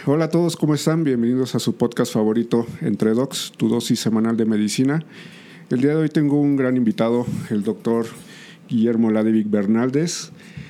Hola a todos, ¿cómo están? Bienvenidos a su podcast favorito, Entre Docs, tu dosis semanal de medicina. El día de hoy tengo un gran invitado, el doctor Guillermo Ladevic Bernaldez.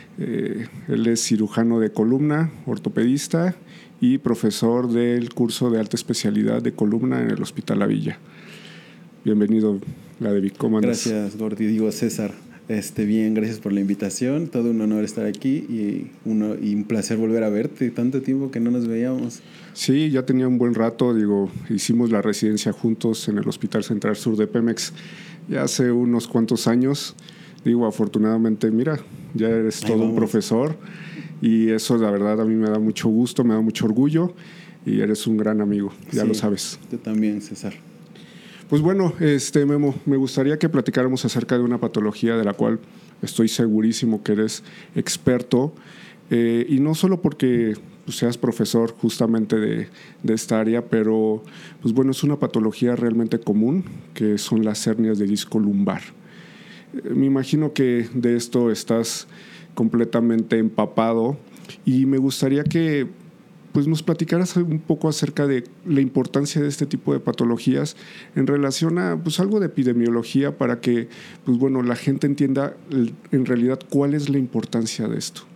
Él es cirujano de columna, ortopedista y profesor del curso de alta especialidad de columna en el Hospital La Villa. Bienvenido, Ladevic, ¿cómo andas? Gracias, Gordy. Digo, César. Bien, gracias por la invitación. Todo un honor estar aquí y un placer volver a verte. Tanto tiempo que no nos veíamos. Sí, ya tenía un buen rato. Hicimos la residencia juntos en el Hospital Central Sur de Pemex ya hace unos cuantos años. Afortunadamente, mira, ya eres todo un profesor y eso la verdad a mí me da mucho gusto, me da mucho orgullo y eres un gran amigo, ya sí, lo sabes. Tú también, César. Pues bueno, Memo, me gustaría que platicáramos acerca de una patología de la cual estoy segurísimo que eres experto, y no solo porque seas profesor justamente de esta área, pero pues bueno, es una patología realmente común, que son las hernias de disco lumbar. Me imagino que de esto estás completamente empapado y me gustaría que pues nos platicaras un poco acerca de la importancia de este tipo de patologías en relación a pues algo de epidemiología para que pues bueno, la gente entienda en realidad cuál es la importancia de esto.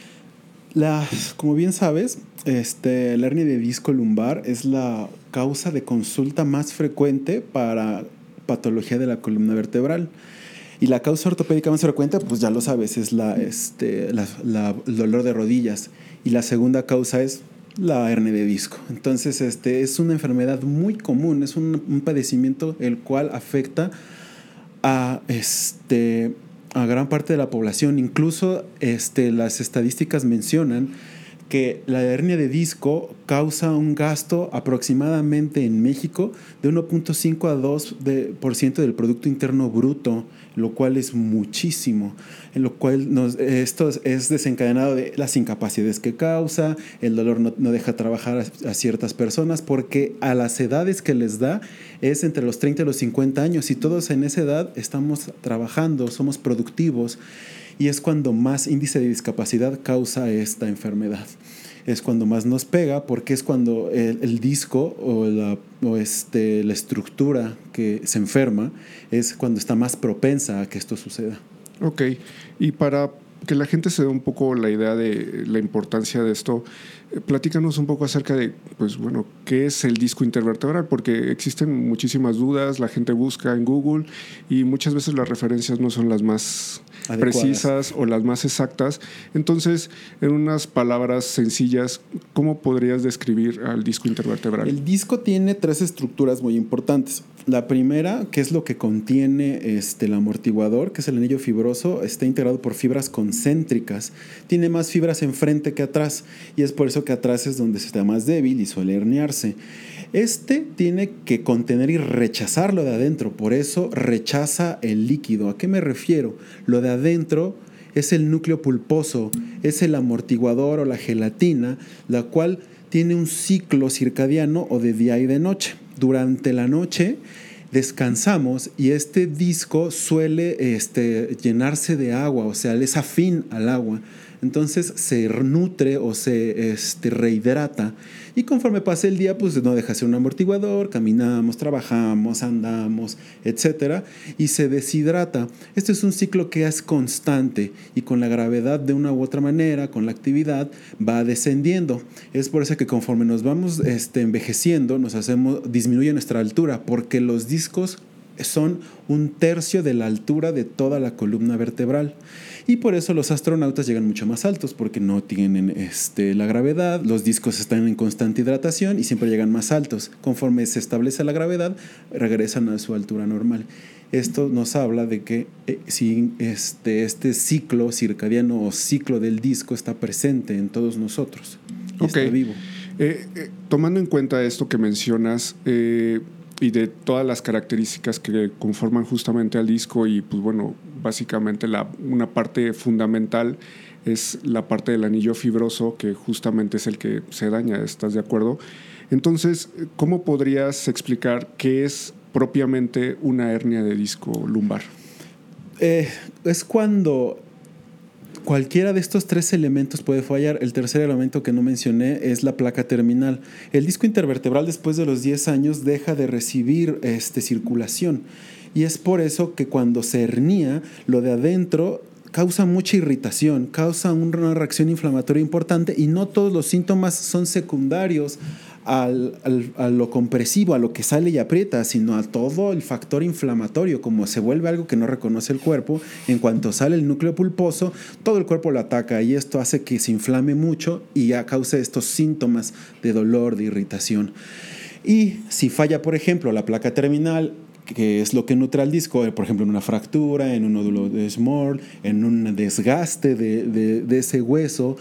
Como bien sabes, la hernia de disco lumbar es la causa de consulta más frecuente para patología de la columna vertebral. Y la causa ortopédica más frecuente, pues ya lo sabes, es el dolor de rodillas. Y la segunda causa es la hernia de disco. Entonces, es una enfermedad muy común, es un padecimiento el cual afecta a gran parte de la población. Incluso las estadísticas mencionan que la hernia de disco causa un gasto aproximadamente en México de 1.5 a 2% del Producto Interno Bruto, lo cual es muchísimo, en lo cual esto es desencadenado de las incapacidades que causa, el dolor no deja trabajar a ciertas personas porque a las edades que les da es entre los 30 y los 50 años y todos en esa edad estamos trabajando, somos productivos. Y es cuando más índice de discapacidad causa esta enfermedad. Es cuando más nos pega porque es cuando el disco o la estructura que se enferma es cuando está más propensa a que esto suceda. Ok, y para que la gente se dé un poco la idea de la importancia de esto, platícanos un poco acerca de, pues bueno, qué es el disco intervertebral, porque existen muchísimas dudas, la gente busca en Google y muchas veces las referencias no son las más precisas o las más exactas. Entonces, en unas palabras sencillas, ¿cómo podrías describir al disco intervertebral? El disco tiene 3 estructuras muy importantes. La primera, que es lo que contiene el amortiguador, que es el anillo fibroso, está integrado por fibras concéntricas. Tiene más fibras enfrente que atrás y es por eso que atrás es donde se está más débil y suele herniarse. Tiene que contener y rechazar lo de adentro, por eso rechaza el líquido. ¿A qué me refiero? Lo de adentro es el núcleo pulposo, es el amortiguador o la gelatina, la cual tiene un ciclo circadiano o de día y de noche. Durante la noche descansamos y este disco suele llenarse de agua, o sea, es afín al agua. Entonces se nutre o se rehidrata y conforme pasa el día pues no deja de ser un amortiguador, caminamos, trabajamos, andamos, etcétera, y se deshidrata. Este es un ciclo que es constante y con la gravedad de una u otra manera, con la actividad, va descendiendo. Es por eso que conforme nos vamos envejeciendo, disminuye nuestra altura porque los discos son 1/3 de la altura de toda la columna vertebral. Y por eso los astronautas llegan mucho más altos, porque no tienen la gravedad, los discos están en constante hidratación y siempre llegan más altos. Conforme se establece la gravedad, regresan a su altura normal. Esto nos habla de que si este ciclo circadiano o ciclo del disco está presente en todos nosotros y está vivo. Tomando en cuenta esto que mencionas, y de todas las características que conforman justamente al disco y pues bueno, básicamente una parte fundamental es la parte del anillo fibroso que justamente es el que se daña, ¿estás de acuerdo? Entonces, ¿cómo podrías explicar qué es propiamente una hernia de disco lumbar? Es cuando cualquiera de estos tres elementos puede fallar. El tercer elemento que no mencioné es la placa terminal. El disco intervertebral después de los 10 años deja de recibir circulación. Y es por eso que cuando se hernia, lo de adentro causa mucha irritación, causa una reacción inflamatoria importante y no todos los síntomas son secundarios a lo compresivo, a lo que sale y aprieta, sino a todo el factor inflamatorio, como se vuelve algo que no reconoce el cuerpo. En cuanto sale el núcleo pulposo, todo el cuerpo lo ataca y esto hace que se inflame mucho y ya cause estos síntomas de dolor, de irritación. Y si falla, por ejemplo, la placa terminal, que es lo que nutre al disco, por ejemplo, en una fractura, en un nódulo de Small, en un desgaste de ese hueso,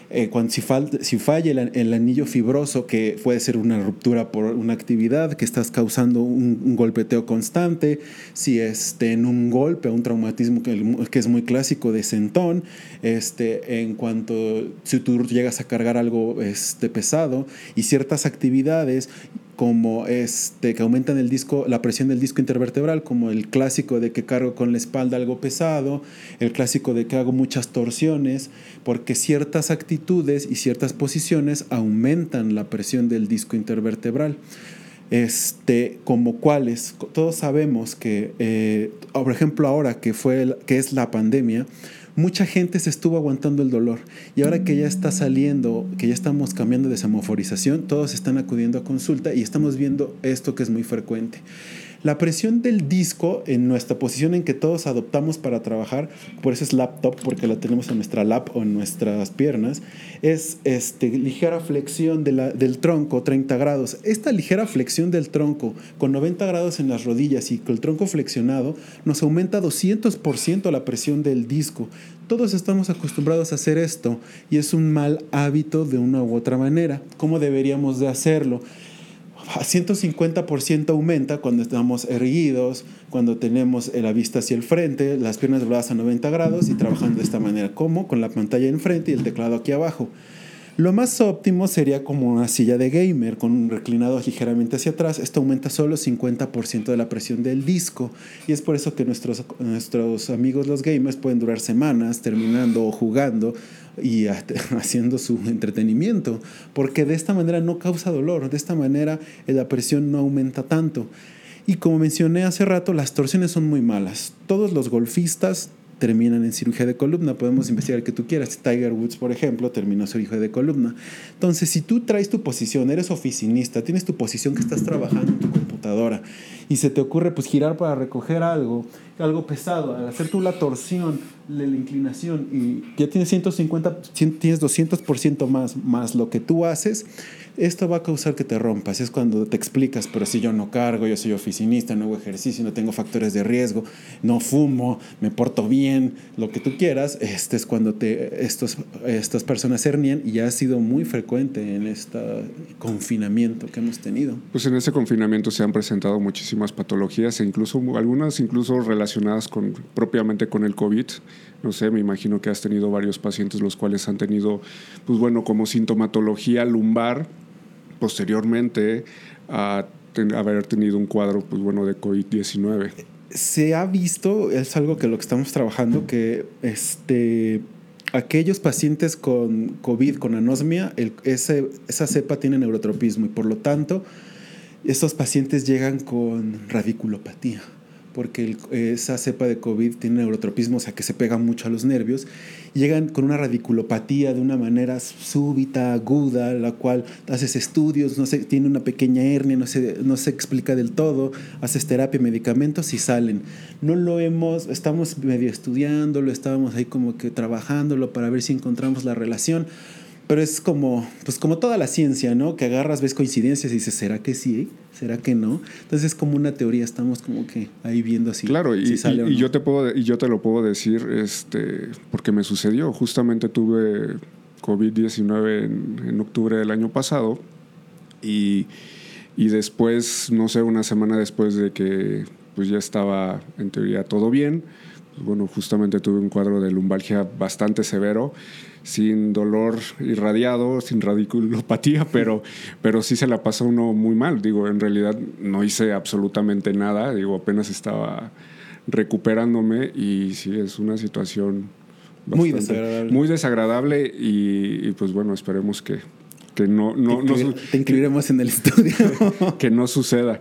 si falla el anillo fibroso, que puede ser una ruptura por una actividad que estás causando un golpeteo constante, si en un golpe, un traumatismo que es muy clásico de sentón, en cuanto si tú llegas a cargar algo pesado y ciertas actividades como que aumentan la presión del disco intervertebral, como el clásico de que cargo con la espalda algo pesado, el clásico de que hago muchas torsiones, porque ciertas actitudes y ciertas posiciones aumentan la presión del disco intervertebral. Como cuáles, todos sabemos que, por ejemplo, ahora que es la pandemia, mucha gente se estuvo aguantando el dolor y ahora que ya está saliendo, que ya estamos cambiando de semaforización, todos están acudiendo a consulta y estamos viendo esto que es muy frecuente. La presión del disco en nuestra posición en que todos adoptamos para trabajar, por eso es laptop, porque la tenemos en nuestra lap o en nuestras piernas, es ligera flexión del tronco, 30 grados. Esta ligera flexión del tronco con 90 grados en las rodillas y con el tronco flexionado nos aumenta 200% la presión del disco. Todos estamos acostumbrados a hacer esto y es un mal hábito de una u otra manera. ¿Cómo deberíamos de hacerlo? A 150% aumenta cuando estamos erguidos, cuando tenemos la vista hacia el frente, las piernas dobladas a 90 grados y trabajando de esta manera, como con la pantalla enfrente y el teclado aquí abajo. Lo más óptimo sería como una silla de gamer con un reclinado ligeramente hacia atrás. Esto aumenta solo 50% de la presión del disco y es por eso que nuestros amigos los gamers pueden durar semanas terminando o jugando y haciendo su entretenimiento, porque de esta manera no causa dolor, de esta manera la presión no aumenta tanto. Y como mencioné hace rato, las torsiones son muy malas. Todos los golfistas terminan en cirugía de columna. Podemos investigar que tú quieras. Tiger Woods, por ejemplo, terminó cirugía de columna. Entonces, si tú traes tu posición, eres oficinista, tienes tu posición que estás trabajando en tu computadora y se te ocurre pues girar para recoger algo pesado, al hacer tú la torsión, la inclinación y ya tienes 200% más lo que tú haces, esto va a causar que te rompas. Es cuando te explicas, pero si yo no cargo, yo soy oficinista, no hago ejercicio, no tengo factores de riesgo, no fumo, me porto bien, lo que tú quieras, es cuando estas personas se hernian y ya ha sido muy frecuente en este confinamiento que hemos tenido. Pues en ese confinamiento se han presentado muchísimas patologías e algunas relacionadas propiamente con el COVID. No sé, me imagino que has tenido varios pacientes los cuales han tenido, pues bueno, como sintomatología lumbar posteriormente a haber tenido un cuadro, pues bueno, de COVID-19. Se ha visto, es algo que lo que estamos trabajando, que aquellos pacientes con COVID, con anosmia, esa cepa tiene neurotropismo y por lo tanto estos pacientes llegan con radiculopatía, porque esa cepa de COVID tiene neurotropismo, o sea que se pega mucho a los nervios, llegan con una radiculopatía de una manera súbita, aguda, la cual haces estudios, no sé, tiene una pequeña hernia, no se explica del todo, haces terapia, medicamentos y salen. Estamos medio estudiándolo, estábamos ahí como que trabajándolo para ver si encontramos la relación. Pero es como toda la ciencia, ¿no? Que agarras, ves coincidencias y dices, ¿será que sí? ¿Será que no? Entonces es como una teoría, estamos como que ahí viendo si, claro, si sale o no. Yo te lo puedo decir porque me sucedió. Justamente tuve COVID-19 en octubre del año pasado y después, no sé, una semana después de que pues ya estaba en teoría todo bien, pues bueno, justamente tuve un cuadro de lumbalgia bastante severo, sin dolor irradiado, sin radiculopatía, pero sí se la pasa uno muy mal. Digo, en realidad no hice absolutamente nada, digo, apenas estaba recuperándome y sí es una situación Muy desagradable. Muy desagradable y pues bueno, esperemos que no te incluiremos en el estudio. Que no suceda.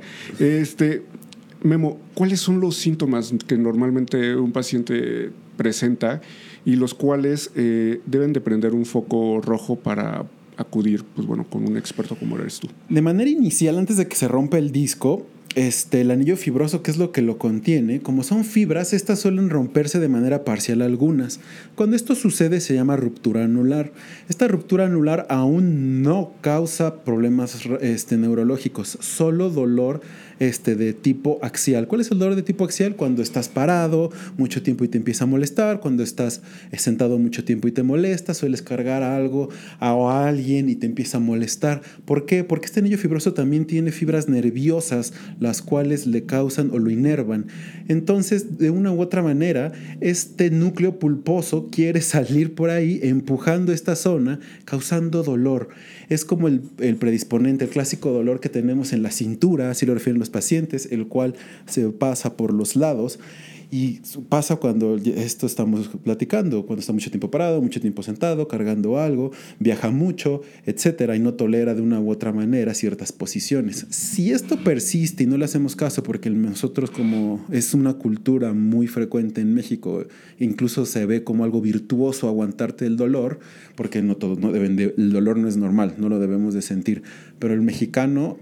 Memo, ¿cuáles son los síntomas que normalmente un paciente presenta y los cuales deben de prender un foco rojo para acudir, pues bueno, con un experto como eres tú? De manera inicial, antes de que se rompa el disco, el anillo fibroso, que es lo que lo contiene, como son fibras, estas suelen romperse de manera parcial algunas. Cuando esto sucede se llama ruptura anular. Esta ruptura anular aún no causa problemas neurológicos, solo dolor de tipo axial. ¿Cuál es el dolor de tipo axial? Cuando estás parado mucho tiempo y te empieza a molestar, cuando estás sentado mucho tiempo y te molesta, sueles cargar algo a alguien y te empieza a molestar. ¿Por qué? Porque este anillo fibroso también tiene fibras nerviosas, las cuales le causan o lo inervan. Entonces, de una u otra manera, este núcleo pulposo quiere salir por ahí empujando esta zona, causando dolor. Es como el predisponente, el clásico dolor que tenemos en la cintura, así lo refieren los pacientes, el cual se pasa por los lados. Y pasa cuando esto estamos platicando, cuando está mucho tiempo parado, mucho tiempo sentado, cargando algo, viaja mucho, etcétera, y no tolera de una u otra manera ciertas posiciones. Si esto persiste y no le hacemos caso, porque nosotros, como es una cultura muy frecuente en México, incluso se ve como algo virtuoso aguantarte el dolor, porque no todos el dolor no es normal, no lo debemos de sentir, pero el mexicano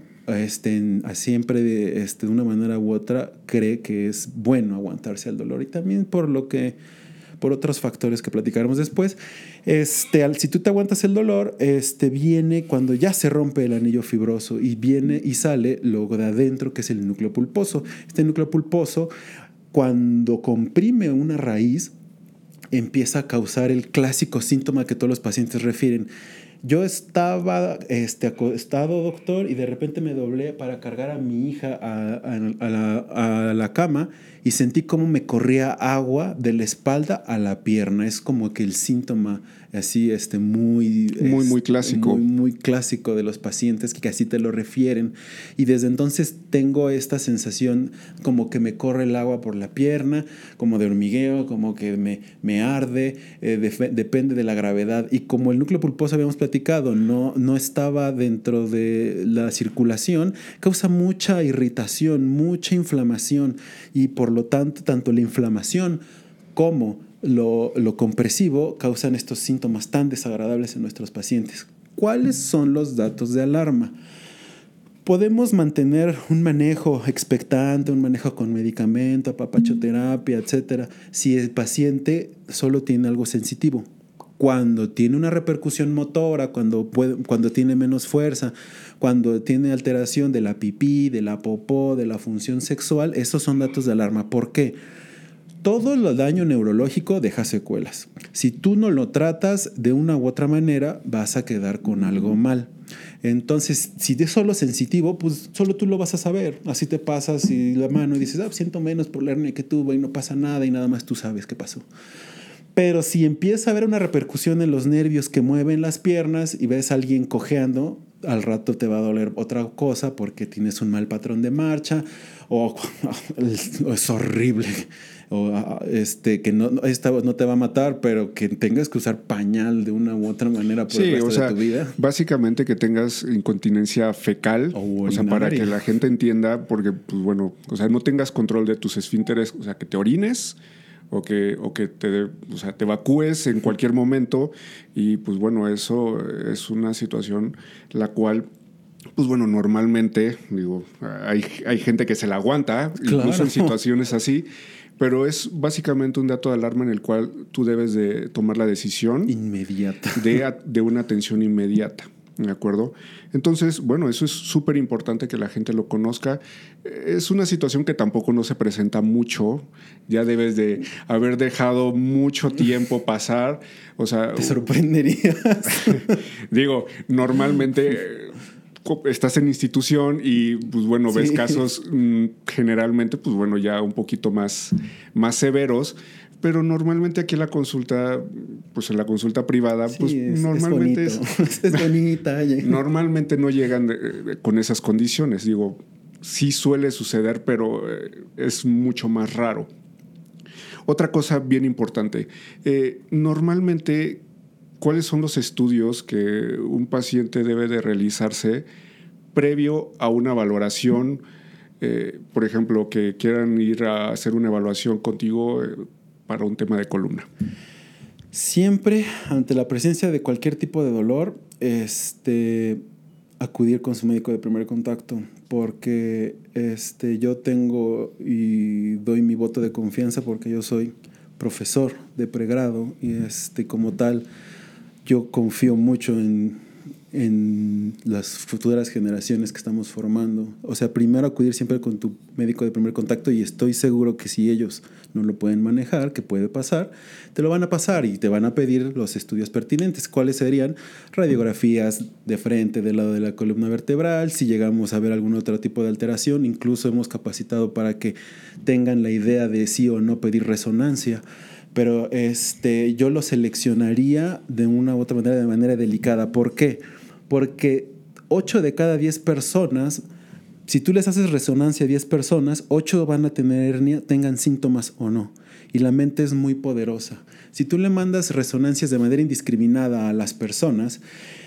siempre de una manera u otra cree que es bueno aguantarse el dolor, y también por otros factores que platicaremos después. Si tú te aguantas el dolor, viene cuando ya se rompe el anillo fibroso y viene y sale lo de adentro, que es el núcleo pulposo. Este núcleo pulposo, cuando comprime una raíz, empieza a causar el clásico síntoma que todos los pacientes refieren. Yo estaba acostado, doctor, y de repente me doblé para cargar a mi hija a la cama y sentí como me corría agua de la espalda a la pierna. Es como que el síntoma así muy clásico. Muy clásico de los pacientes que así te lo refieren. Y desde entonces tengo esta sensación como que me corre el agua por la pierna, como de hormigueo, como que me arde, depende de la gravedad. Y como el núcleo pulposo, habíamos platicado, no estaba dentro de la circulación, causa mucha irritación, mucha inflamación, y por lo tanto, tanto la inflamación como lo compresivo causan estos síntomas tan desagradables en nuestros pacientes. ¿Cuáles son los datos de alarma? Podemos mantener un manejo expectante, un manejo con medicamento, apapachoterapia, etcétera, si el paciente solo tiene algo sensitivo. Cuando tiene una repercusión motora, cuando tiene menos fuerza, cuando tiene alteración de la pipí, de la popó, de la función sexual, esos son datos de alarma. ¿Por qué? Todo el daño neurológico deja secuelas. Si tú no lo tratas de una u otra manera, vas a quedar con algo mal. Entonces, si es solo sensitivo, pues solo tú lo vas a saber. Así te pasas y la mano y dices, siento menos por la hernia que tuve y no pasa nada, y nada más tú sabes qué pasó. Pero si empieza a haber una repercusión en los nervios que mueven las piernas y ves a alguien cojeando, al rato te va a doler otra cosa porque tienes un mal patrón de marcha, o es horrible, o que no te va a matar, pero que tengas que usar pañal de una u otra manera por el resto de tu vida. Básicamente que tengas incontinencia fecal, o sea, para que la gente entienda, porque pues bueno, o sea, no tengas control de tus esfínteres, o sea, que te orines o que te evacúes en cualquier momento, y pues bueno, eso es una situación la cual, pues bueno, normalmente, hay gente que se la aguanta, claro, incluso en situaciones así, pero es básicamente un dato de alarma en el cual tú debes de tomar la decisión inmediata de una atención inmediata. ¿De acuerdo? Entonces, bueno, eso es súper importante que la gente lo conozca. Es una situación que tampoco no se presenta mucho. Ya debes de haber dejado mucho tiempo pasar. O sea, te sorprenderías. Normalmente estás en institución y, pues bueno, ves casos generalmente, pues bueno, ya un poquito más severos. Pero normalmente aquí en la consulta, pues en la consulta privada, pues normalmente es bonita. Normalmente no llegan con esas condiciones. Sí suele suceder, pero es mucho más raro. Otra cosa bien importante, normalmente, ¿cuáles son los estudios que un paciente debe de realizarse previo a una valoración? Por ejemplo, que quieran ir a hacer una evaluación contigo para un tema de columna. Siempre, ante la presencia de cualquier tipo de dolor, acudir con su médico de primer contacto, porque yo tengo y doy mi voto de confianza porque yo soy profesor de pregrado y como tal yo confío mucho en las futuras generaciones que estamos formando. O sea, primero acudir siempre con tu médico de primer contacto y estoy seguro que si ellos no lo pueden manejar, que puede pasar, te lo van a pasar y te van a pedir los estudios pertinentes. ¿Cuáles serían? Radiografías de frente, del lado de la columna vertebral, si llegamos a ver algún otro tipo de alteración, incluso hemos capacitado para que tengan la idea de sí o no pedir resonancia. Pero yo lo seleccionaría de una u otra manera, de manera delicada. ¿Por qué? Porque 8 de cada 10 personas, si tú les haces resonancia a 10 personas, 8 van a tener hernia, tengan síntomas o no. Y la mente es muy poderosa. Si tú le mandas resonancias de manera indiscriminada a las personas,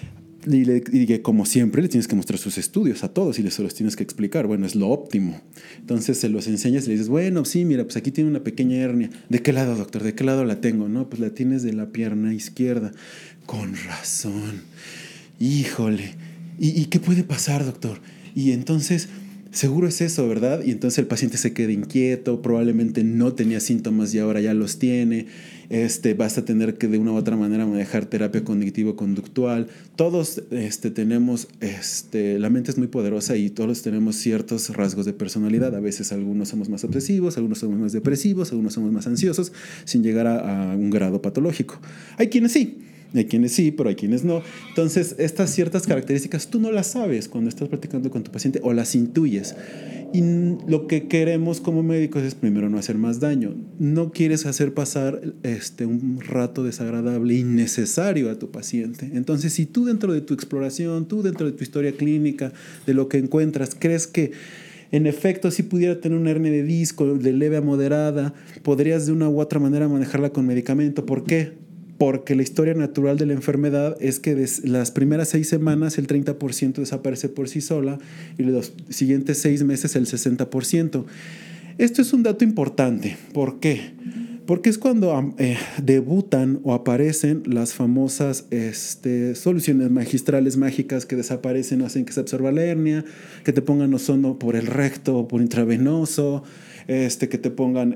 y como siempre le tienes que mostrar sus estudios a todos y se los tienes que explicar. Bueno, es lo óptimo. Entonces se los enseñas y le dices, bueno, sí, mira, pues aquí tiene una pequeña hernia. ¿De qué lado, doctor? ¿De qué lado la tengo? No, pues la tienes de la pierna izquierda. Con razón. Híjole. ¿Y qué puede pasar, doctor? Y entonces, seguro es eso, ¿verdad? Y entonces el paciente se queda inquieto, probablemente no tenía síntomas y ahora ya los tiene. Vas a tener que de una u otra manera manejar terapia cognitivo-conductual. Todos tenemos, la mente es muy poderosa y todos tenemos ciertos rasgos de personalidad. A veces algunos somos más obsesivos, algunos somos más depresivos, algunos somos más ansiosos, sin llegar a un grado patológico. Hay quienes sí, pero hay quienes no. Entonces, estas ciertas características tú no las sabes cuando estás practicando con tu paciente o las intuyes. Y lo que queremos como médicos es primero no hacer más daño. No quieres hacer pasar un rato desagradable innecesario a tu paciente. Entonces, si tú dentro de tu exploración, tú dentro de tu historia clínica, de lo que encuentras, crees que en efecto si pudiera tener una hernia de disco de leve a moderada, podrías de una u otra manera manejarla con medicamento. ¿Por qué? Porque la historia natural de la enfermedad es que las primeras 6 semanas el 30% desaparece por sí sola y los siguientes 6 meses el 60%. Esto es un dato importante. ¿Por qué? Porque es cuando debutan o aparecen las famosas soluciones magistrales mágicas que desaparecen, hacen que se absorba la hernia, que te pongan ozono por el recto o por intravenoso, que te pongan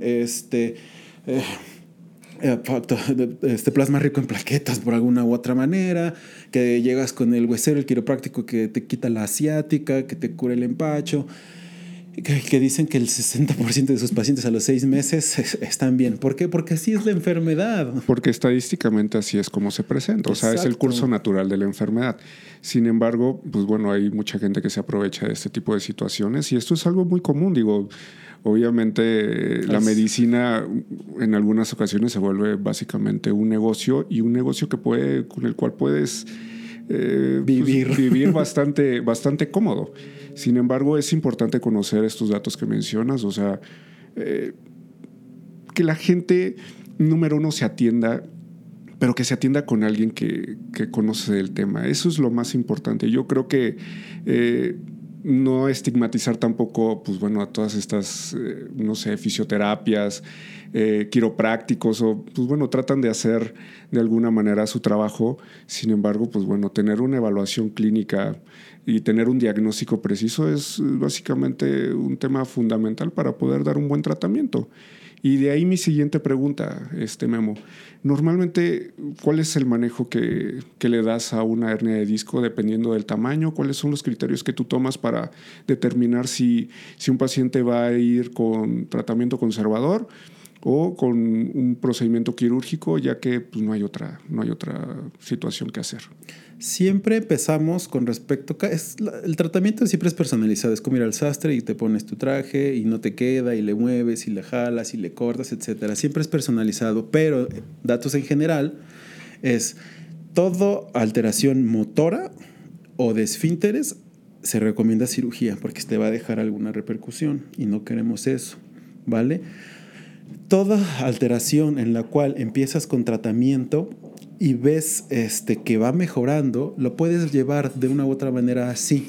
plasma rico en plaquetas por alguna u otra manera, que llegas con el huesero, el quiropráctico que te quita la asiática, que te cura el empacho, que dicen que el 60% de sus pacientes a los 6 meses están bien. ¿Por qué? Porque así es la enfermedad. Porque estadísticamente así es como se presenta. O sea, es el curso natural de la enfermedad. Sin embargo, pues bueno, hay mucha gente que se aprovecha de este tipo de situaciones y esto es algo muy común. Digo, obviamente la medicina en algunas ocasiones se vuelve básicamente un negocio y un negocio con el cual puedes vivir bastante cómodo. Sin embargo, es importante conocer estos datos que mencionas, o sea, que la gente, número uno, se atienda, pero que se atienda con alguien que conoce del tema. Eso es lo más importante. Yo creo que no estigmatizar tampoco, pues bueno, a todas estas, no sé, fisioterapias, quiroprácticos, o pues bueno, tratan de hacer de alguna manera su trabajo. Sin embargo, pues bueno, tener una evaluación clínica y tener un diagnóstico preciso es básicamente un tema fundamental para poder dar un buen tratamiento. Y de ahí mi siguiente pregunta, Memo. Normalmente, ¿cuál es el manejo que le das a una hernia de disco dependiendo del tamaño? ¿Cuáles son los criterios que tú tomas para determinar si un paciente va a ir con tratamiento conservador o con un procedimiento quirúrgico, ya que pues, no hay otra situación que hacer? Siempre empezamos con respecto el tratamiento siempre es personalizado, es como ir al sastre y te pones tu traje y no te queda y le mueves y le jalas y le cortas, etcétera. Siempre es personalizado, pero datos en general es todo alteración motora o de esfínteres se recomienda cirugía porque te va a dejar alguna repercusión y no queremos eso, ¿vale? Toda alteración en la cual empiezas con tratamiento y ves que va mejorando, lo puedes llevar de una u otra manera así.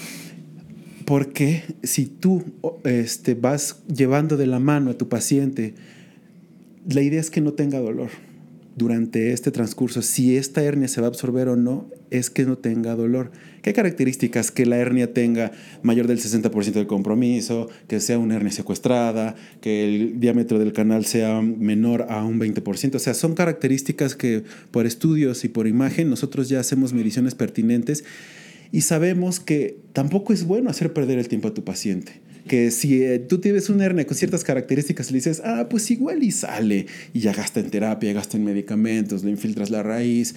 Porque si tú vas llevando de la mano a tu paciente, la idea es que no tenga dolor durante este transcurso. Si esta hernia se va a absorber o no, es que no tenga dolor. ¿Qué características? Que la hernia tenga mayor del 60% del compromiso, que sea una hernia secuestrada, que el diámetro del canal sea menor a un 20%. O sea, son características que por estudios y por imagen nosotros ya hacemos mediciones pertinentes y sabemos que tampoco es bueno hacer perder el tiempo a tu paciente. Que si tú tienes una hernia con ciertas características, le dices, pues igual y sale, y ya gasta en terapia, gasta en medicamentos, le infiltras la raíz,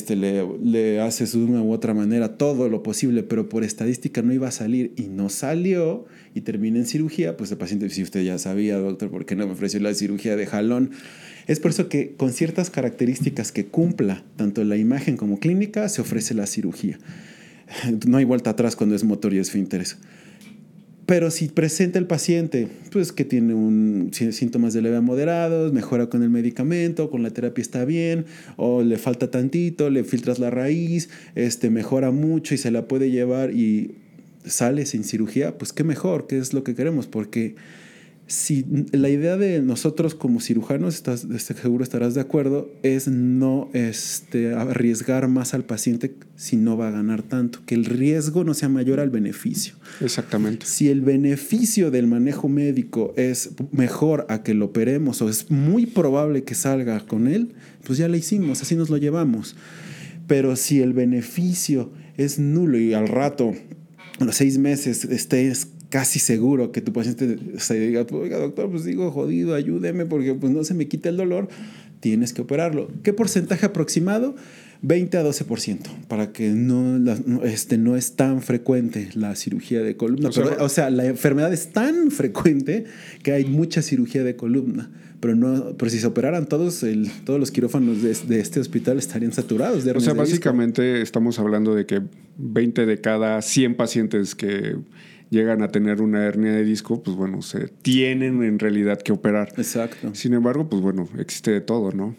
le haces de una u otra manera todo lo posible, pero por estadística no iba a salir y no salió y termina en cirugía, pues el paciente, si usted ya sabía, doctor, ¿por qué no me ofreció la cirugía de jalón? Es por eso que con ciertas características que cumpla tanto la imagen como clínica, se ofrece la cirugía. No hay vuelta atrás cuando es motor y esfínteres. Pero si presenta el paciente, pues que tiene síntomas de leve a moderados, mejora con el medicamento, con la terapia está bien, o le falta tantito, le filtras la raíz, mejora mucho y se la puede llevar y sale sin cirugía, pues qué mejor, qué es lo que queremos, porque si la idea de nosotros como cirujanos, seguro estarás de acuerdo, es no arriesgar más al paciente si no va a ganar tanto, que el riesgo no sea mayor al beneficio. Exactamente. Si el beneficio del manejo médico es mejor a que lo operemos o es muy probable que salga con él, pues ya le hicimos, así nos lo llevamos. Pero si el beneficio es nulo y al rato, a los 6 meses, estés casi seguro que tu paciente se diga, oiga doctor, pues digo jodido, ayúdeme porque pues no se me quita el dolor, tienes que operarlo. ¿Qué porcentaje aproximado? 20 a 12%, para que no es tan frecuente la cirugía de columna. O sea, la enfermedad es tan frecuente que hay mucha cirugía de columna. Pero si se operaran todos los quirófanos de este hospital estarían saturados de hernias de disco. Básicamente estamos hablando de que 20 de cada 100 pacientes que llegan a tener una hernia de disco, pues bueno, se tienen en realidad que operar. Exacto. Sin embargo, pues bueno, existe de todo, ¿no?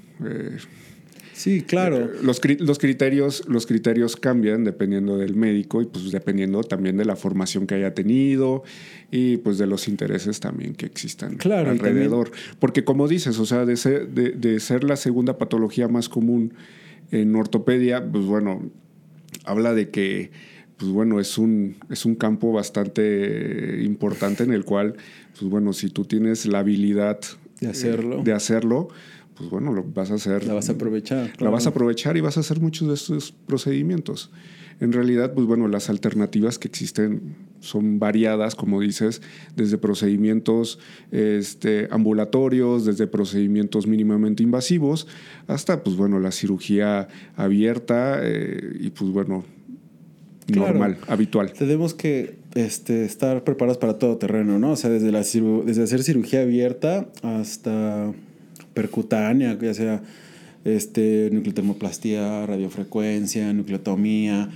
Sí, claro. Los criterios cambian dependiendo del médico y pues dependiendo también de la formación que haya tenido y pues de los intereses también que existan alrededor. Porque como dices, o sea, de ser la segunda patología más común en ortopedia, pues bueno, habla de que pues bueno, es un campo bastante importante en el cual, pues bueno, si tú tienes la habilidad de hacerlo, pues bueno, lo vas a hacer. La vas a aprovechar. Claro. La vas a aprovechar y vas a hacer muchos de estos procedimientos. En realidad, pues bueno, las alternativas que existen son variadas, como dices, desde procedimientos ambulatorios, desde procedimientos mínimamente invasivos, hasta, pues bueno, la cirugía abierta y pues bueno, normal, habitual. Tenemos que estar preparados para todo terreno, ¿no? O sea, desde hacer cirugía abierta hasta percutánea, ya sea nucleotermoplastia, radiofrecuencia, nucleotomía,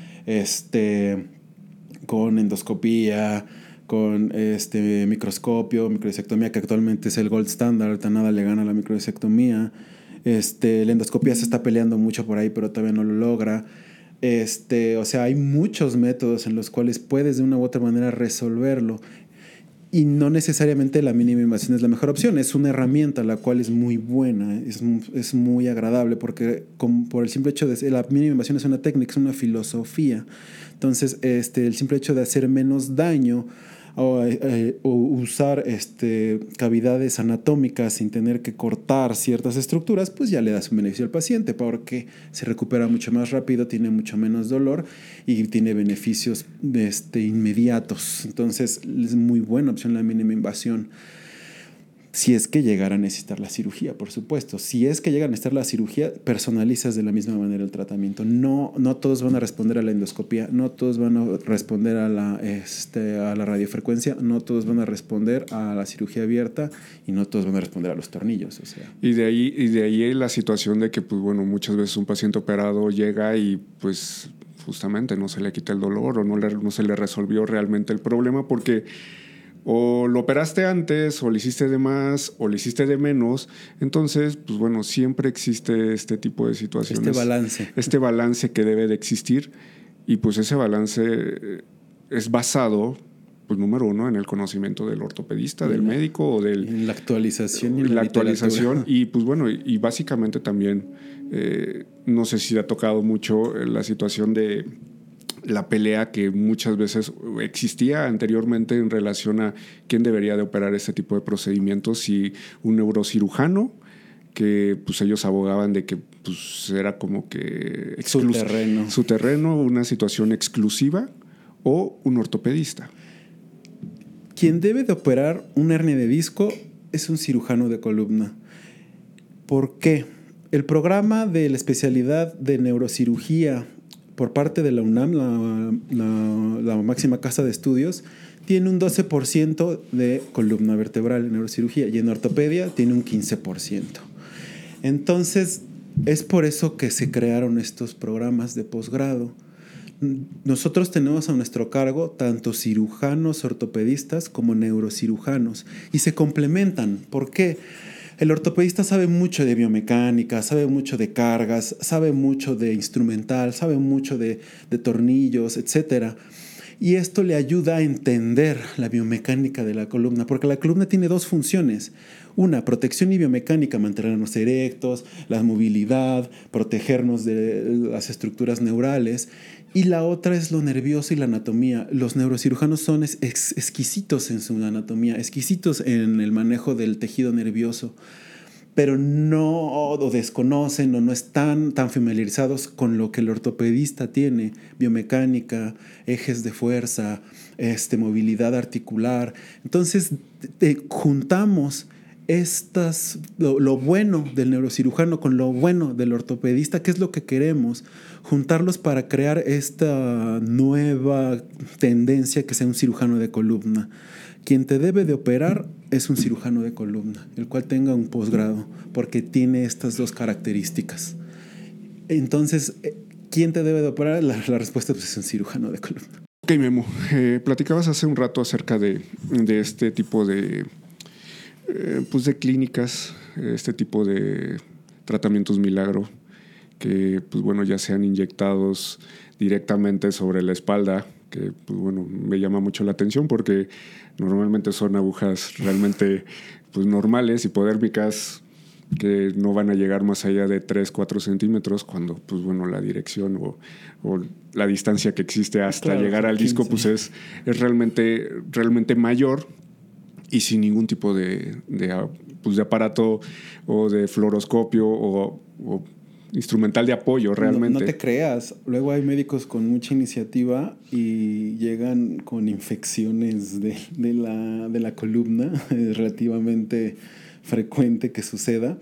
con endoscopía, con microscopio, microdisectomía, que actualmente es el gold standard, tan nada le gana a la microdisectomía. La endoscopía se está peleando mucho por ahí, pero todavía no lo logra. O sea, hay muchos métodos en los cuales puedes de una u otra manera resolverlo. Y no necesariamente la mínima invasión es la mejor opción. Es una herramienta la cual es muy buena, es muy agradable, porque por el simple hecho de la mínima invasión es una técnica, es una filosofía. Entonces, el simple hecho de hacer menos daño o usar cavidades anatómicas sin tener que cortar ciertas estructuras, pues ya le das un beneficio al paciente porque se recupera mucho más rápido, tiene mucho menos dolor y tiene beneficios inmediatos. Entonces es muy buena opción la mínima invasión. Si es que llegara a necesitar la cirugía, por supuesto. Si es que llega a necesitar la cirugía, personalizas de la misma manera el tratamiento. No todos van a responder a la endoscopía, no todos van a responder a la radiofrecuencia, no todos van a responder a la cirugía abierta y no todos van a responder a los tornillos. O sea. Y de ahí la situación de que, pues bueno, muchas veces un paciente operado llega y pues justamente no se le quita el dolor o no se le resolvió realmente el problema porque o lo operaste antes, o lo hiciste de más, o lo hiciste de menos. Entonces, pues bueno, siempre existe este tipo de situaciones. Este balance que debe de existir. Y pues ese balance es basado, pues número uno, en el conocimiento del ortopedista, del médico o del... En la actualización y la actualización. Y pues bueno, y básicamente también, no sé si ha tocado mucho la situación de la pelea que muchas veces existía anteriormente en relación a quién debería de operar este tipo de procedimientos, si un neurocirujano, que pues ellos abogaban de que pues era como que su terreno, una situación exclusiva, o un ortopedista. Quien debe de operar una hernia de disco es un cirujano de columna. ¿Por qué? El programa de la especialidad de neurocirugía por parte de la UNAM, la máxima casa de estudios, tiene un 12% de columna vertebral en neurocirugía y en ortopedia tiene un 15%. Entonces, es por eso que se crearon estos programas de posgrado. Nosotros tenemos a nuestro cargo tanto cirujanos ortopedistas como neurocirujanos y se complementan. ¿Por qué? El ortopedista sabe mucho de biomecánica, sabe mucho de cargas, sabe mucho de instrumental, sabe mucho de tornillos, etc. Y esto le ayuda a entender la biomecánica de la columna, porque la columna tiene dos funciones. Una, protección y biomecánica, mantenernos erectos, la movilidad, protegernos de las estructuras neurales. Y la otra es lo nervioso y la anatomía. Los neurocirujanos son exquisitos en su anatomía, exquisitos en el manejo del tejido nervioso, pero no o desconocen o no están tan familiarizados con lo que el ortopedista tiene: biomecánica, ejes de fuerza, movilidad articular. Entonces juntamos lo bueno del neurocirujano con lo bueno del ortopedista. ¿Qué es lo que queremos? Juntarlos para crear esta nueva tendencia que sea un cirujano de columna. Quien te debe de operar es un cirujano de columna, el cual tenga un posgrado, porque tiene estas dos características. Entonces, ¿quién te debe de operar? La respuesta pues, es un cirujano de columna. Ok, Memo, platicabas hace un rato acerca de este tipo de pues de clínicas, este tipo de tratamientos milagro, que pues bueno, ya sean inyectados directamente sobre la espalda, que pues bueno, me llama mucho la atención porque normalmente son agujas realmente pues normales, hipodérmicas, que no van a llegar más allá de 3-4 centímetros, cuando pues bueno, la dirección o la distancia que existe hasta llegar al disco 15. Pues es realmente mayor, y sin ningún tipo de aparato o de fluoroscopio o instrumental de apoyo realmente. No te creas, luego hay médicos con mucha iniciativa y llegan con infecciones de la columna. Es relativamente frecuente que suceda.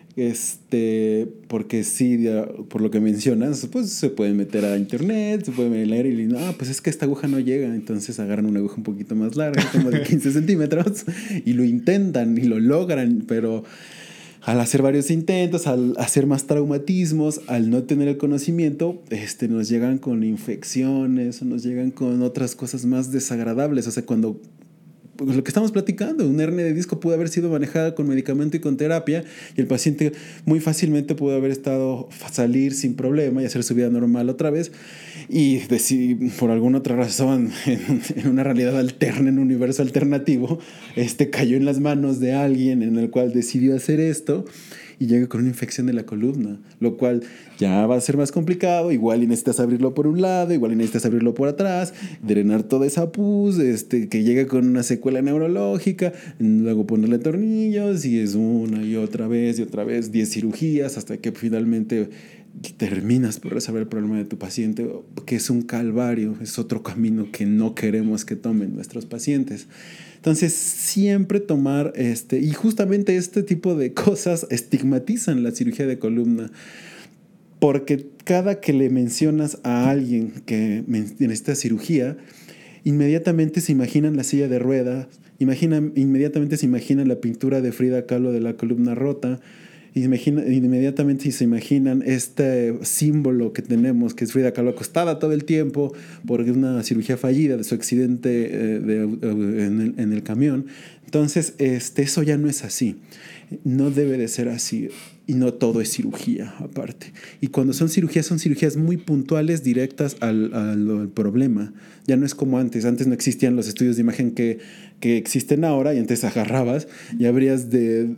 Porque sí, por lo que mencionas, pues se pueden meter a internet, se pueden leer y pues es que esta aguja no llega. Entonces agarran una aguja un poquito más larga, como de 15 centímetros, y lo intentan y lo logran, pero al hacer varios intentos, al hacer más traumatismos, al no tener el conocimiento, nos llegan con infecciones o nos llegan con otras cosas más desagradables. O sea, cuando pues lo que estamos platicando, una hernia de disco pudo haber sido manejada con medicamento y con terapia, y el paciente muy fácilmente pudo haber salir sin problema y hacer su vida normal otra vez, y por alguna otra razón, en una realidad alterna, en un universo alternativo, cayó en las manos de alguien en el cual decidió hacer esto y llega con una infección de la columna, lo cual ya va a ser más complicado. Igual y necesitas abrirlo por un lado, igual y necesitas abrirlo por atrás, drenar toda esa pus, que llega con una secuela neurológica, luego ponerle tornillos, y es una y otra vez 10 cirugías hasta que finalmente terminas por resolver el problema de tu paciente, que es un calvario, es otro camino que no queremos que tomen nuestros pacientes. Entonces, siempre tomar y justamente este tipo de cosas estigmatizan la cirugía de columna, porque cada que le mencionas a alguien que necesita cirugía, inmediatamente se imaginan la silla de ruedas, inmediatamente se imaginan la pintura de Frida Kahlo de la columna rota, Inmediatamente, si se imaginan este símbolo que tenemos, que es Frida Kahlo acostada todo el tiempo por una cirugía fallida de su accidente en el camión. Entonces, eso ya no es así. No debe de ser así. Y no todo es cirugía, aparte. Y cuando son cirugías muy puntuales, directas al problema. Ya no es como antes. Antes no existían los estudios de imagen que existen ahora, y antes agarrabas y abrías de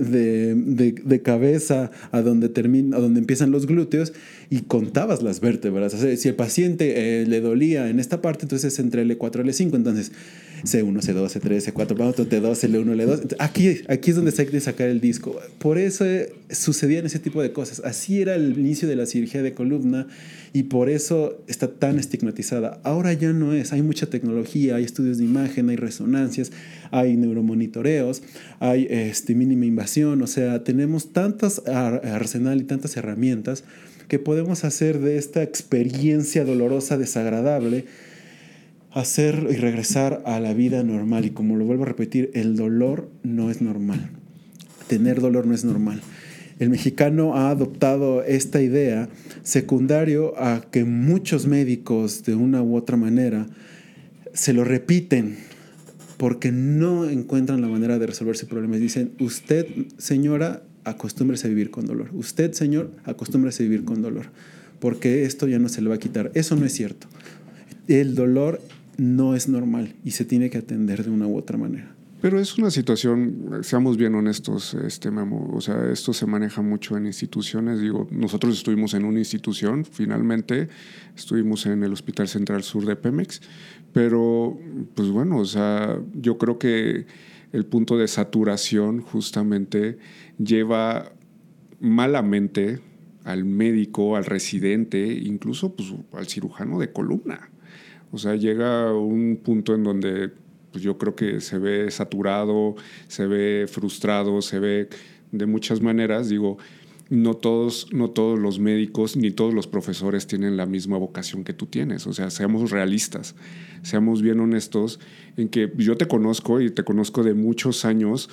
cabeza a donde empiezan los glúteos y contabas las vértebras. O sea, si el paciente le dolía en esta parte, entonces entre L4 y L5, entonces C1, C2, C3, C4, T2, L1, L2. Aquí es donde se hay que sacar el disco. Por eso sucedían ese tipo de cosas. Así era el inicio de la cirugía de columna y por eso está tan estigmatizada. Ahora ya no es. Hay mucha tecnología, hay estudios de imagen, hay resonancias, hay neuromonitoreos, hay mínima invasión. O sea, tenemos tantas arsenal y tantas herramientas que podemos hacer de esta experiencia dolorosa, desagradable, hacer y regresar a la vida normal. Y como lo vuelvo a repetir, el dolor no es normal. Tener dolor no es normal. El mexicano ha adoptado esta idea secundario a que muchos médicos de una u otra manera se lo repiten porque no encuentran la manera de resolver sus problemas. Dicen, usted, señora, acostúmbrese a vivir con dolor. Usted, señor, acostúmbrese a vivir con dolor, porque esto ya no se le va a quitar. Eso no es cierto. El dolor no es normal y se tiene que atender de una u otra manera. Pero es una situación, seamos bien honestos, Memo, o sea, esto se maneja mucho en instituciones. Digo, nosotros estuvimos en una institución, finalmente, estuvimos en el Hospital Central Sur de Pemex, pero, pues bueno, o sea, yo creo que el punto de saturación justamente lleva malamente al médico, al residente, incluso pues, al cirujano de columna. O sea, llega un punto en donde pues yo creo que se ve saturado, se ve frustrado, se ve de muchas maneras. Digo, no todos los médicos ni todos los profesores tienen la misma vocación que tú tienes. O sea, seamos realistas, seamos bien honestos en que yo te conozco y te conozco de muchos años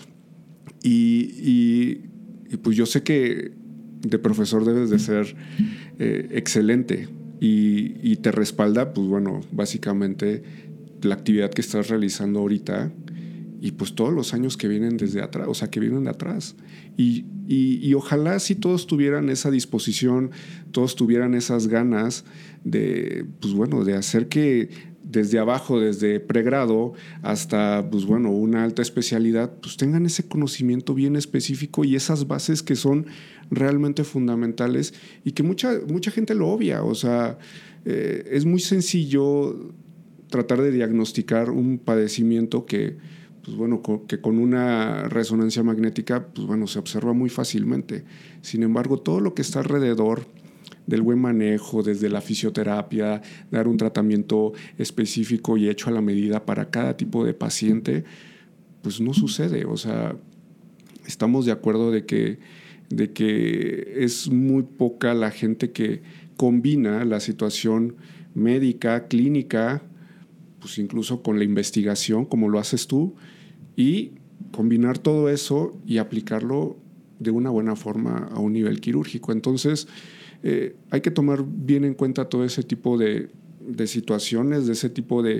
y pues yo sé que de profesor debes de ser excelente y te respalda, pues bueno, básicamente la actividad que estás realizando ahorita y pues todos los años que vienen desde atrás, o sea, que vienen de atrás. Y ojalá si todos tuvieran esa disposición, todos tuvieran esas ganas de, pues bueno, de hacer que desde abajo, desde pregrado hasta, pues bueno, una alta especialidad, pues tengan ese conocimiento bien específico y esas bases que son realmente fundamentales y que mucha gente lo obvia. O sea, es muy sencillo tratar de diagnosticar un padecimiento que, pues bueno, que con una resonancia magnética, pues bueno, se observa muy fácilmente. Sin embargo, todo lo que está alrededor del buen manejo, desde la fisioterapia, dar un tratamiento específico y hecho a la medida para cada tipo de paciente, pues no sucede. O sea, estamos de acuerdo de que es muy poca la gente que combina la situación médica, clínica, pues incluso con la investigación, como lo haces tú, y combinar todo eso y aplicarlo de una buena forma a un nivel quirúrgico. Entonces, hay que tomar bien en cuenta todo ese tipo de situaciones, de ese tipo de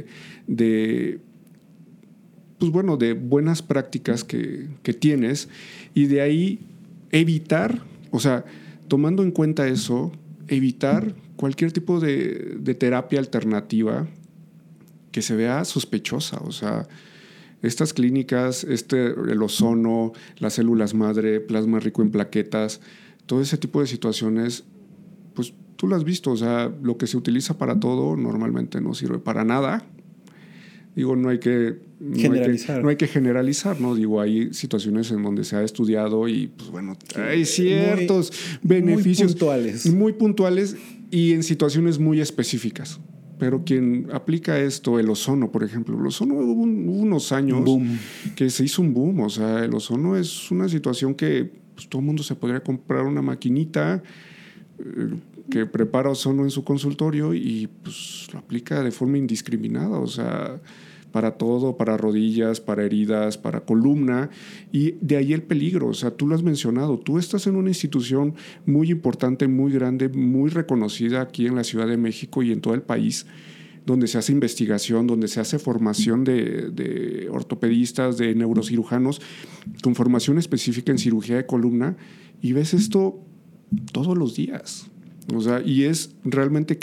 pues bueno, de buenas prácticas que tienes, y de ahí evitar, o sea, tomando en cuenta eso, evitar cualquier tipo de terapia alternativa que se vea sospechosa. O sea, estas clínicas, el ozono, las células madre, plasma rico en plaquetas, todo ese tipo de situaciones, pues tú lo has visto. O sea, lo que se utiliza para todo normalmente no sirve para nada. Digo, no hay que generalizar, ¿no? Digo, hay situaciones en donde se ha estudiado y, pues bueno, sí, hay ciertos beneficios muy puntuales y en situaciones muy específicas. Pero quien aplica esto, el ozono, por ejemplo, el ozono hubo unos años que se hizo un boom. O sea, el ozono es una situación que pues, todo el mundo se podría comprar una maquinita que prepara ozono en su consultorio y pues lo aplica de forma indiscriminada. O sea, para todo, para rodillas, para heridas, para columna, y de ahí el peligro. O sea, tú lo has mencionado, tú estás en una institución muy importante, muy grande, muy reconocida aquí en la Ciudad de México y en todo el país, donde se hace investigación, donde se hace formación de ortopedistas, de neurocirujanos, con formación específica en cirugía de columna, y ves esto todos los días. O sea, y es realmente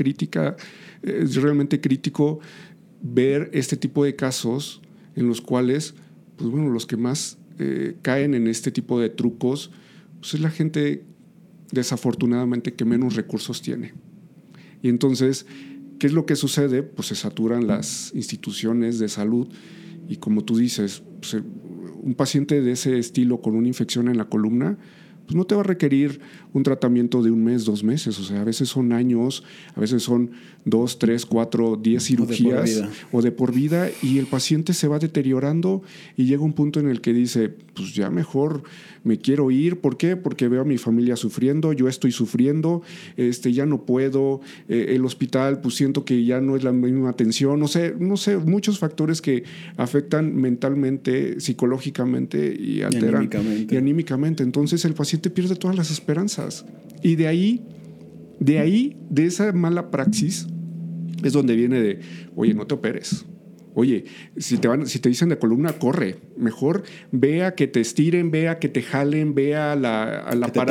crítico ver este tipo de casos en los cuales, pues bueno, los que más caen en este tipo de trucos, pues es la gente desafortunadamente que menos recursos tiene. Y entonces, ¿qué es lo que sucede? Pues se saturan las instituciones de salud y, como tú dices, pues un paciente de ese estilo con una infección en la columna, pues no te va a requerir un tratamiento de 1 mes, 2 meses. O sea, a veces son años, a veces son 2, 3, 4, 10 cirugías o de por vida, y el paciente se va deteriorando y llega un punto en el que dice, pues ya mejor me quiero ir. ¿Por qué? Porque veo a mi familia sufriendo, yo estoy sufriendo, ya no puedo, el hospital, pues siento que ya no es la misma atención. No sé, muchos factores que afectan mentalmente, psicológicamente y alteran. Y anímicamente. Entonces el paciente pierde todas las esperanzas. Y de esa mala praxis, es donde viene de, oye, no te operes. Oye, si te dicen de columna, corre. Mejor ve a que te estiren, ve a que te jalen, ve a la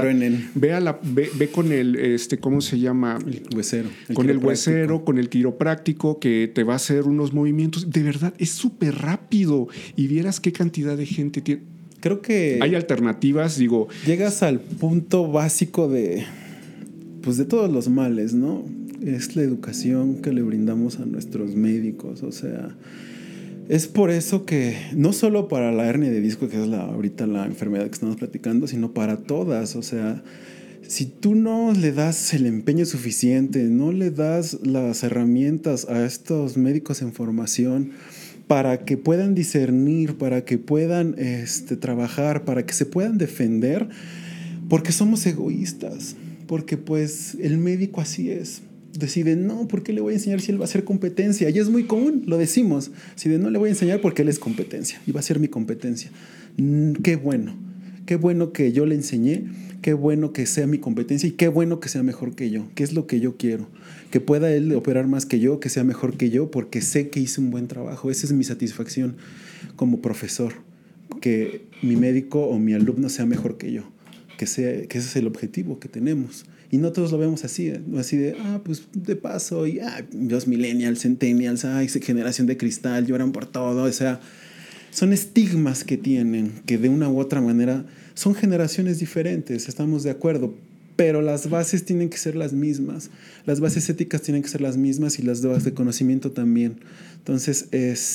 ve con el, ¿cómo se llama? El huesero. Con el huesero, con el quiropráctico, que te va a hacer unos movimientos. De verdad, es súper rápido. Y vieras qué cantidad de gente tiene. Creo que hay alternativas, digo. Llegas al punto básico de todos los males, ¿no? Es la educación que le brindamos a nuestros médicos. O sea, es por eso que no solo para la hernia de disco, que es ahorita la enfermedad que estamos platicando, sino para todas. O sea, si tú no le das el empeño suficiente, no le das las herramientas a estos médicos en formación para que puedan discernir, para que puedan trabajar, para que se puedan defender, porque somos egoístas, porque pues el médico así es. Decide, no, ¿por qué le voy a enseñar si él va a ser competencia? Y es muy común, lo decimos. Decide, no le voy a enseñar porque él es competencia y va a ser mi competencia. Qué bueno que yo le enseñé, qué bueno que sea mi competencia y qué bueno que sea mejor que yo, que es lo que yo quiero. Que pueda él operar más que yo, que sea mejor que yo, porque sé que hice un buen trabajo. Esa es mi satisfacción como profesor, que mi médico o mi alumno sea mejor que yo, que ese es el objetivo que tenemos. Y no todos lo vemos así de, pues de paso, y los millennials, centennials, generación de cristal, lloran por todo. O sea, son estigmas que tienen, que de una u otra manera son generaciones diferentes, estamos de acuerdo, pero las bases tienen que ser las mismas, las bases éticas tienen que ser las mismas y las bases de conocimiento también. Entonces,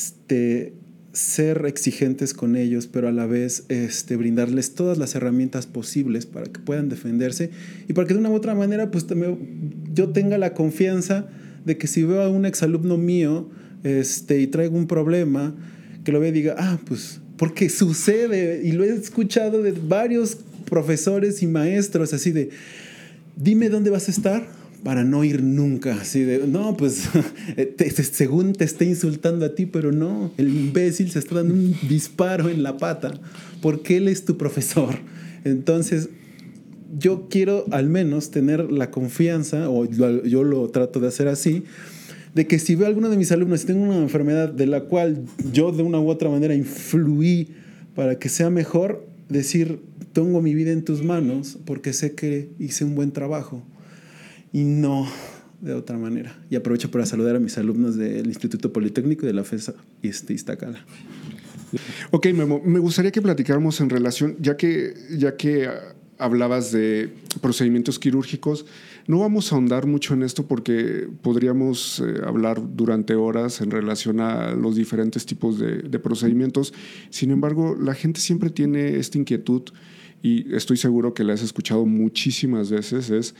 ser exigentes con ellos, pero a la vez brindarles todas las herramientas posibles para que puedan defenderse y para que de una u otra manera pues yo tenga la confianza de que si veo a un exalumno mío y traigo un problema, que lo vea y diga, pues porque sucede, y lo he escuchado de varios profesores y maestros así de, dime dónde vas a estar para no ir nunca. Así de, no, pues según te esté insultando a ti, pero no, el imbécil se está dando un disparo en la pata porque él es tu profesor. Entonces yo quiero al menos tener la confianza, o yo lo trato de hacer así, de que si veo a alguno de mis alumnos y tengo una enfermedad de la cual yo de una u otra manera influí para que sea mejor, decir, pongo mi vida en tus manos porque sé que hice un buen trabajo y no de otra manera. Y aprovecho para saludar a mis alumnos del Instituto Politécnico y de la FESA Iztacala. Ok, Memo, me gustaría que platicáramos en relación, ya que hablabas de procedimientos quirúrgicos. No vamos a ahondar mucho en esto porque podríamos hablar durante horas en relación a los diferentes tipos de procedimientos. Sin embargo, la gente siempre tiene esta inquietud, y estoy seguro que la has escuchado muchísimas veces, es,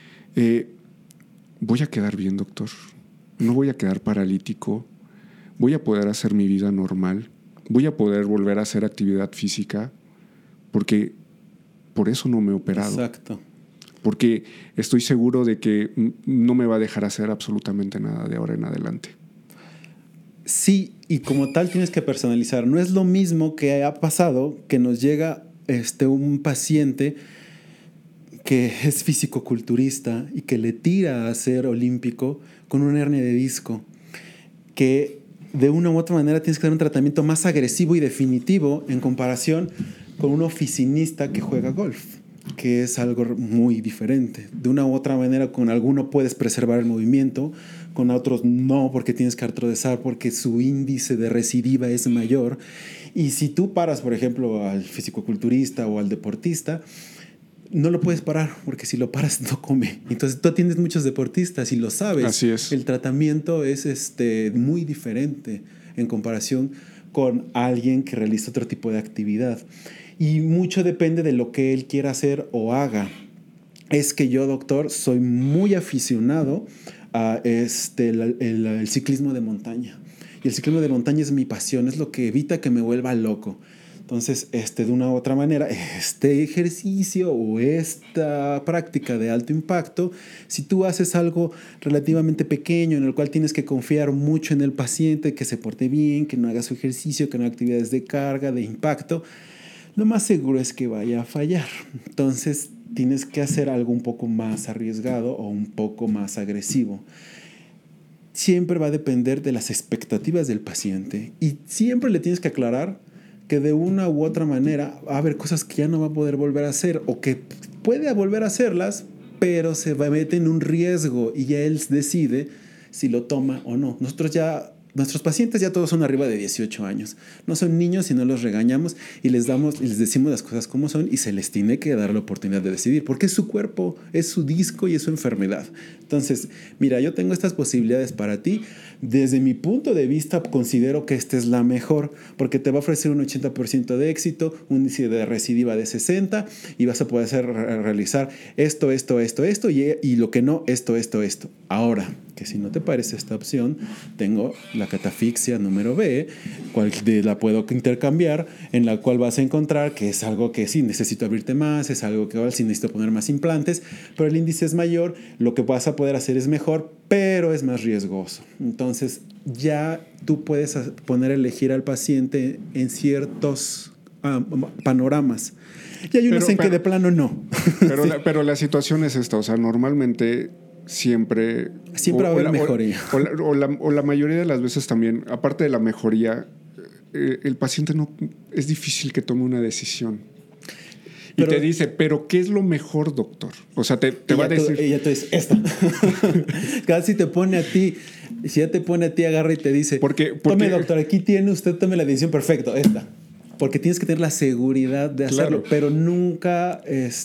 ¿voy a quedar bien, doctor? ¿No voy a quedar paralítico? ¿Voy a poder hacer mi vida normal? ¿Voy a poder volver a hacer actividad física? Porque por eso no me he operado. Exacto. Porque estoy seguro de que no me va a dejar hacer absolutamente nada de ahora en adelante. Sí, y como tal tienes que personalizar. No es lo mismo que ha pasado que nos llega un paciente que es fisicoculturista y que le tira a ser olímpico con una hernia de disco, que de una u otra manera tienes que dar un tratamiento más agresivo y definitivo en comparación con un oficinista que juega golf, que es algo muy diferente. De una u otra manera, con alguno puedes preservar el movimiento, con otros no, porque tienes que artrodesar, porque su índice de recidiva es mayor. Y si tú paras, por ejemplo, al fisicoculturista o al deportista, no lo puedes parar, porque si lo paras no come. Entonces tú atiendes muchos deportistas y lo sabes. Así es. El tratamiento es muy diferente en comparación con alguien que realiza otro tipo de actividad. Y mucho depende de lo que él quiera hacer o haga. Es que yo, doctor, soy muy aficionado a el ciclismo de montaña. Y el ciclismo de montaña es mi pasión, es lo que evita que me vuelva loco. Entonces, de una u otra manera, este ejercicio o esta práctica de alto impacto, si tú haces algo relativamente pequeño en el cual tienes que confiar mucho en el paciente, que se porte bien, que no haga su ejercicio, que no haga actividades de carga, de impacto, lo más seguro es que vaya a fallar. Entonces, tienes que hacer algo un poco más arriesgado o un poco más agresivo. Siempre va a depender de las expectativas del paciente y siempre le tienes que aclarar que de una u otra manera va a haber cosas que ya no va a poder volver a hacer o que puede volver a hacerlas, pero se va a meter en un riesgo y ya él decide si lo toma o no. Nuestros pacientes ya todos son arriba de 18 años. No son niños y no los regañamos y les decimos las cosas como son y se les tiene que dar la oportunidad de decidir porque es su cuerpo, es su disco y es su enfermedad. Entonces, mira, yo tengo estas posibilidades para ti. Desde mi punto de vista, considero que esta es la mejor porque te va a ofrecer un 80% de éxito, un índice de recidiva de 60 y vas a poder realizar esto y lo que no, esto. Ahora, que si no te parece esta opción, tengo la catafixia número B, cual la puedo intercambiar, en la cual vas a encontrar que es algo que sí necesito abrirte más, es algo que sí necesito poner más implantes, pero el índice es mayor, lo que vas a poder hacer es mejor, pero es más riesgoso. Entonces ya tú puedes poner a elegir al paciente en ciertos panoramas. Y hay unos que de plano no. Pero la situación es esta, o sea, normalmente siempre va a haber mejoría. O la mayoría de las veces también, aparte de la mejoría, el paciente no es difícil que tome una decisión. Pero, y te dice, ¿pero qué es lo mejor, doctor? O sea, te va a decir... Ella te dice, esta. Casi te pone a ti, si ya te pone a ti, agarra y te dice, tome, doctor, aquí tiene usted, tome la decisión, perfecto, esta. Porque tienes que tener la seguridad de hacerlo, pero nunca...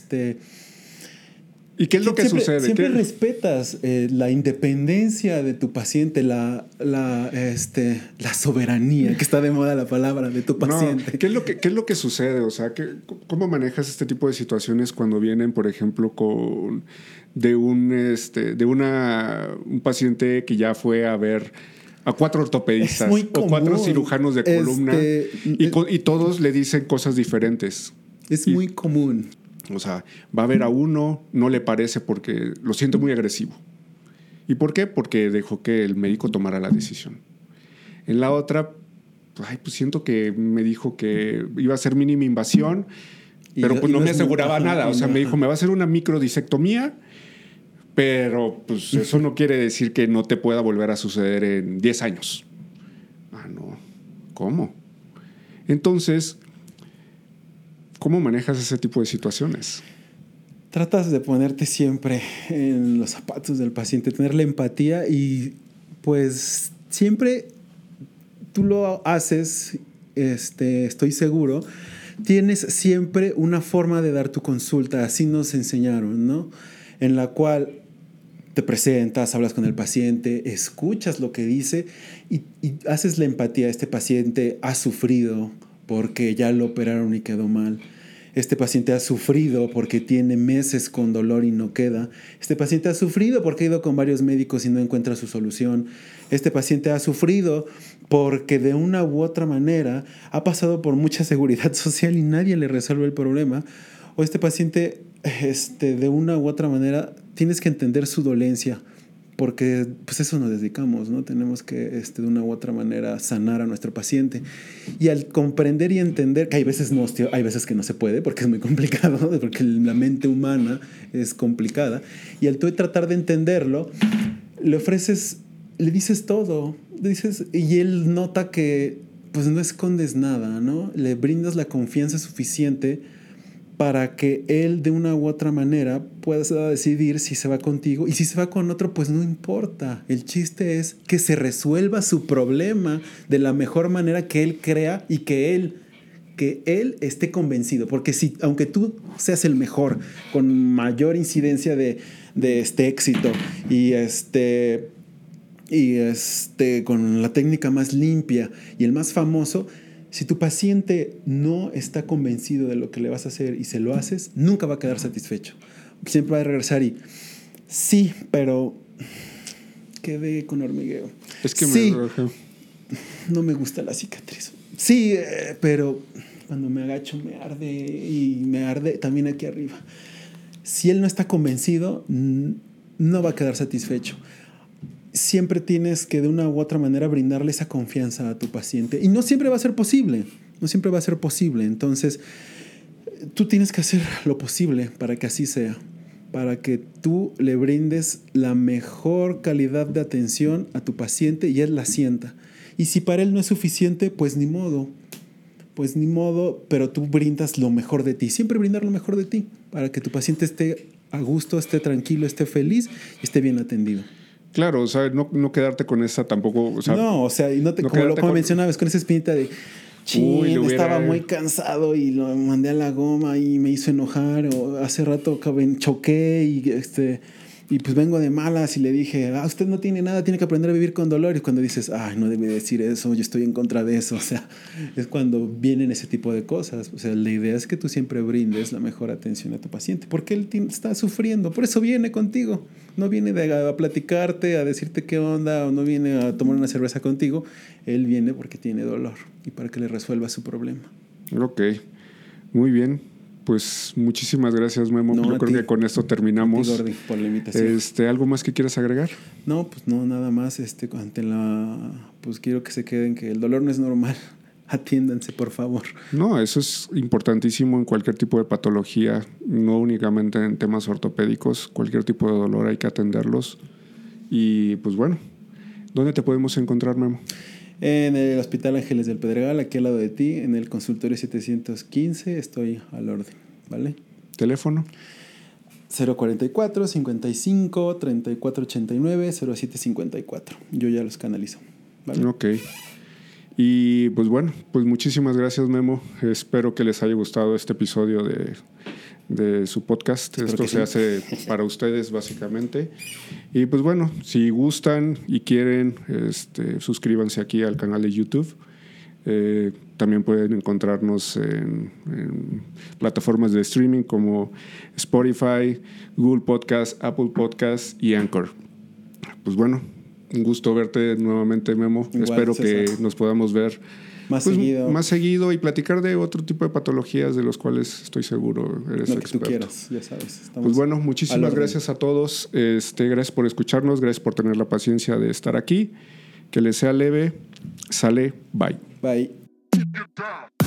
¿Y qué es lo que sucede? Siempre respetas la independencia de tu paciente, la soberanía, que está de moda la palabra, de tu paciente. No, ¿qué es lo que sucede? O sea, ¿cómo manejas este tipo de situaciones cuando vienen, por ejemplo, de un paciente que ya fue a ver a 4 ortopedistas o 4 cirujanos de columna y todos le dicen cosas diferentes? Es muy común. O sea, va a ver a uno, no le parece porque lo siente muy agresivo. ¿Y por qué? Porque dejó que el médico tomara la decisión. En la otra, pues siento que me dijo que iba a ser mínima invasión, pero pues no me aseguraba nada. O sea, me dijo, me va a hacer una microdisectomía, pero pues eso no quiere decir que no te pueda volver a suceder en 10 años. Ah, no. ¿Cómo? Entonces... ¿cómo manejas ese tipo de situaciones? Tratas de ponerte siempre en los zapatos del paciente, tener la empatía y pues siempre tú lo haces, estoy seguro, tienes siempre una forma de dar tu consulta, así nos enseñaron, ¿no? En la cual te presentas, hablas con el paciente, escuchas lo que dice y haces la empatía. Este paciente ha sufrido porque ya lo operaron y quedó mal. Este paciente ha sufrido porque tiene meses con dolor y no queda. Este paciente ha sufrido porque ha ido con varios médicos y no encuentra su solución. Este paciente ha sufrido porque de una u otra manera ha pasado por mucha seguridad social y nadie le resuelve el problema. O este paciente, de una u otra manera, tienes que entender su dolencia porque pues eso nos dedicamos, ¿no? Tenemos que de una u otra manera sanar a nuestro paciente. Y al comprender y entender que hay veces hay veces que no se puede porque es muy complicado, porque la mente humana es complicada, y al tú tratar de entenderlo, le dices todo, y él nota que pues no escondes nada, ¿no? Le brindas la confianza suficiente para que él de una u otra manera pueda decidir si se va contigo, y si se va con otro pues no importa. El chiste es que se resuelva su problema de la mejor manera que él crea y que él esté convencido, porque aunque tú seas el mejor con mayor incidencia de éxito y con la técnica más limpia y el más famoso, si tu paciente no está convencido de lo que le vas a hacer y se lo haces, nunca va a quedar satisfecho. Siempre va a regresar y sí, pero quedé con hormigueo. Es que sí, no me gusta la cicatriz. Sí, pero cuando me agacho me arde, y me arde también aquí arriba. Si él no está convencido, no va a quedar satisfecho. Siempre tienes que de una u otra manera brindarle esa confianza a tu paciente, y no siempre va a ser posible, entonces tú tienes que hacer lo posible para que así sea, para que tú le brindes la mejor calidad de atención a tu paciente y él la sienta. Y si para él no es suficiente, pues ni modo, pero tú brindas lo mejor de ti, siempre brindar lo mejor de ti para que tu paciente esté a gusto, esté tranquilo, esté feliz y esté bien atendido. Claro, o sea, no quedarte con esa tampoco. O sea, no, o sea, y como mencionabas, con esa espinita de estaba muy cansado y lo mandé a la goma y me hizo enojar, o hace rato choqué y pues vengo de malas y le dije, usted no tiene nada, tiene que aprender a vivir con dolor. Y cuando dices, no debí decir eso, yo estoy en contra de eso, o sea, es cuando vienen ese tipo de cosas. O sea, la idea es que tú siempre brindes la mejor atención a tu paciente, porque él está sufriendo, por eso viene contigo. No viene a platicarte, a decirte qué onda, o no viene a tomar una cerveza contigo. Él viene porque tiene dolor y para que le resuelva su problema. Ok, muy bien. Pues muchísimas gracias, Memo. Yo creo que con esto terminamos. A ti, Gordy, por la invitación. ¿Algo más que quieras agregar? No, pues no, nada más. Pues quiero que se queden que el dolor no es normal. Atiéndanse, por favor. No, eso es importantísimo en cualquier tipo de patología, no únicamente en temas ortopédicos. Cualquier tipo de dolor hay que atenderlos. Y pues bueno, ¿dónde te podemos encontrar, Memo? En el Hospital Ángeles del Pedregal, aquí al lado de ti, en el consultorio 715, estoy al orden, ¿vale? ¿Teléfono? 044 55 34 89 07 54. Yo ya los canalizo, ¿vale? Ok. Y pues bueno, pues muchísimas gracias, Memo. Espero que les haya gustado este episodio de su podcast. Esto se hace para ustedes, básicamente. Y pues bueno, si gustan y quieren, suscríbanse aquí al canal de YouTube. También pueden encontrarnos en plataformas de streaming como Spotify, Google Podcast, Apple Podcast y Anchor. Pues bueno, un gusto verte nuevamente, Memo. Igual, espero César, que nos podamos ver más seguido y platicar de otro tipo de patologías de los cuales estoy seguro eres lo experto. Que tú quieras, ya sabes. Pues bueno, muchísimas gracias a todos. Gracias por escucharnos, gracias por tener la paciencia de estar aquí. Que les sea leve. Sale, bye. Bye.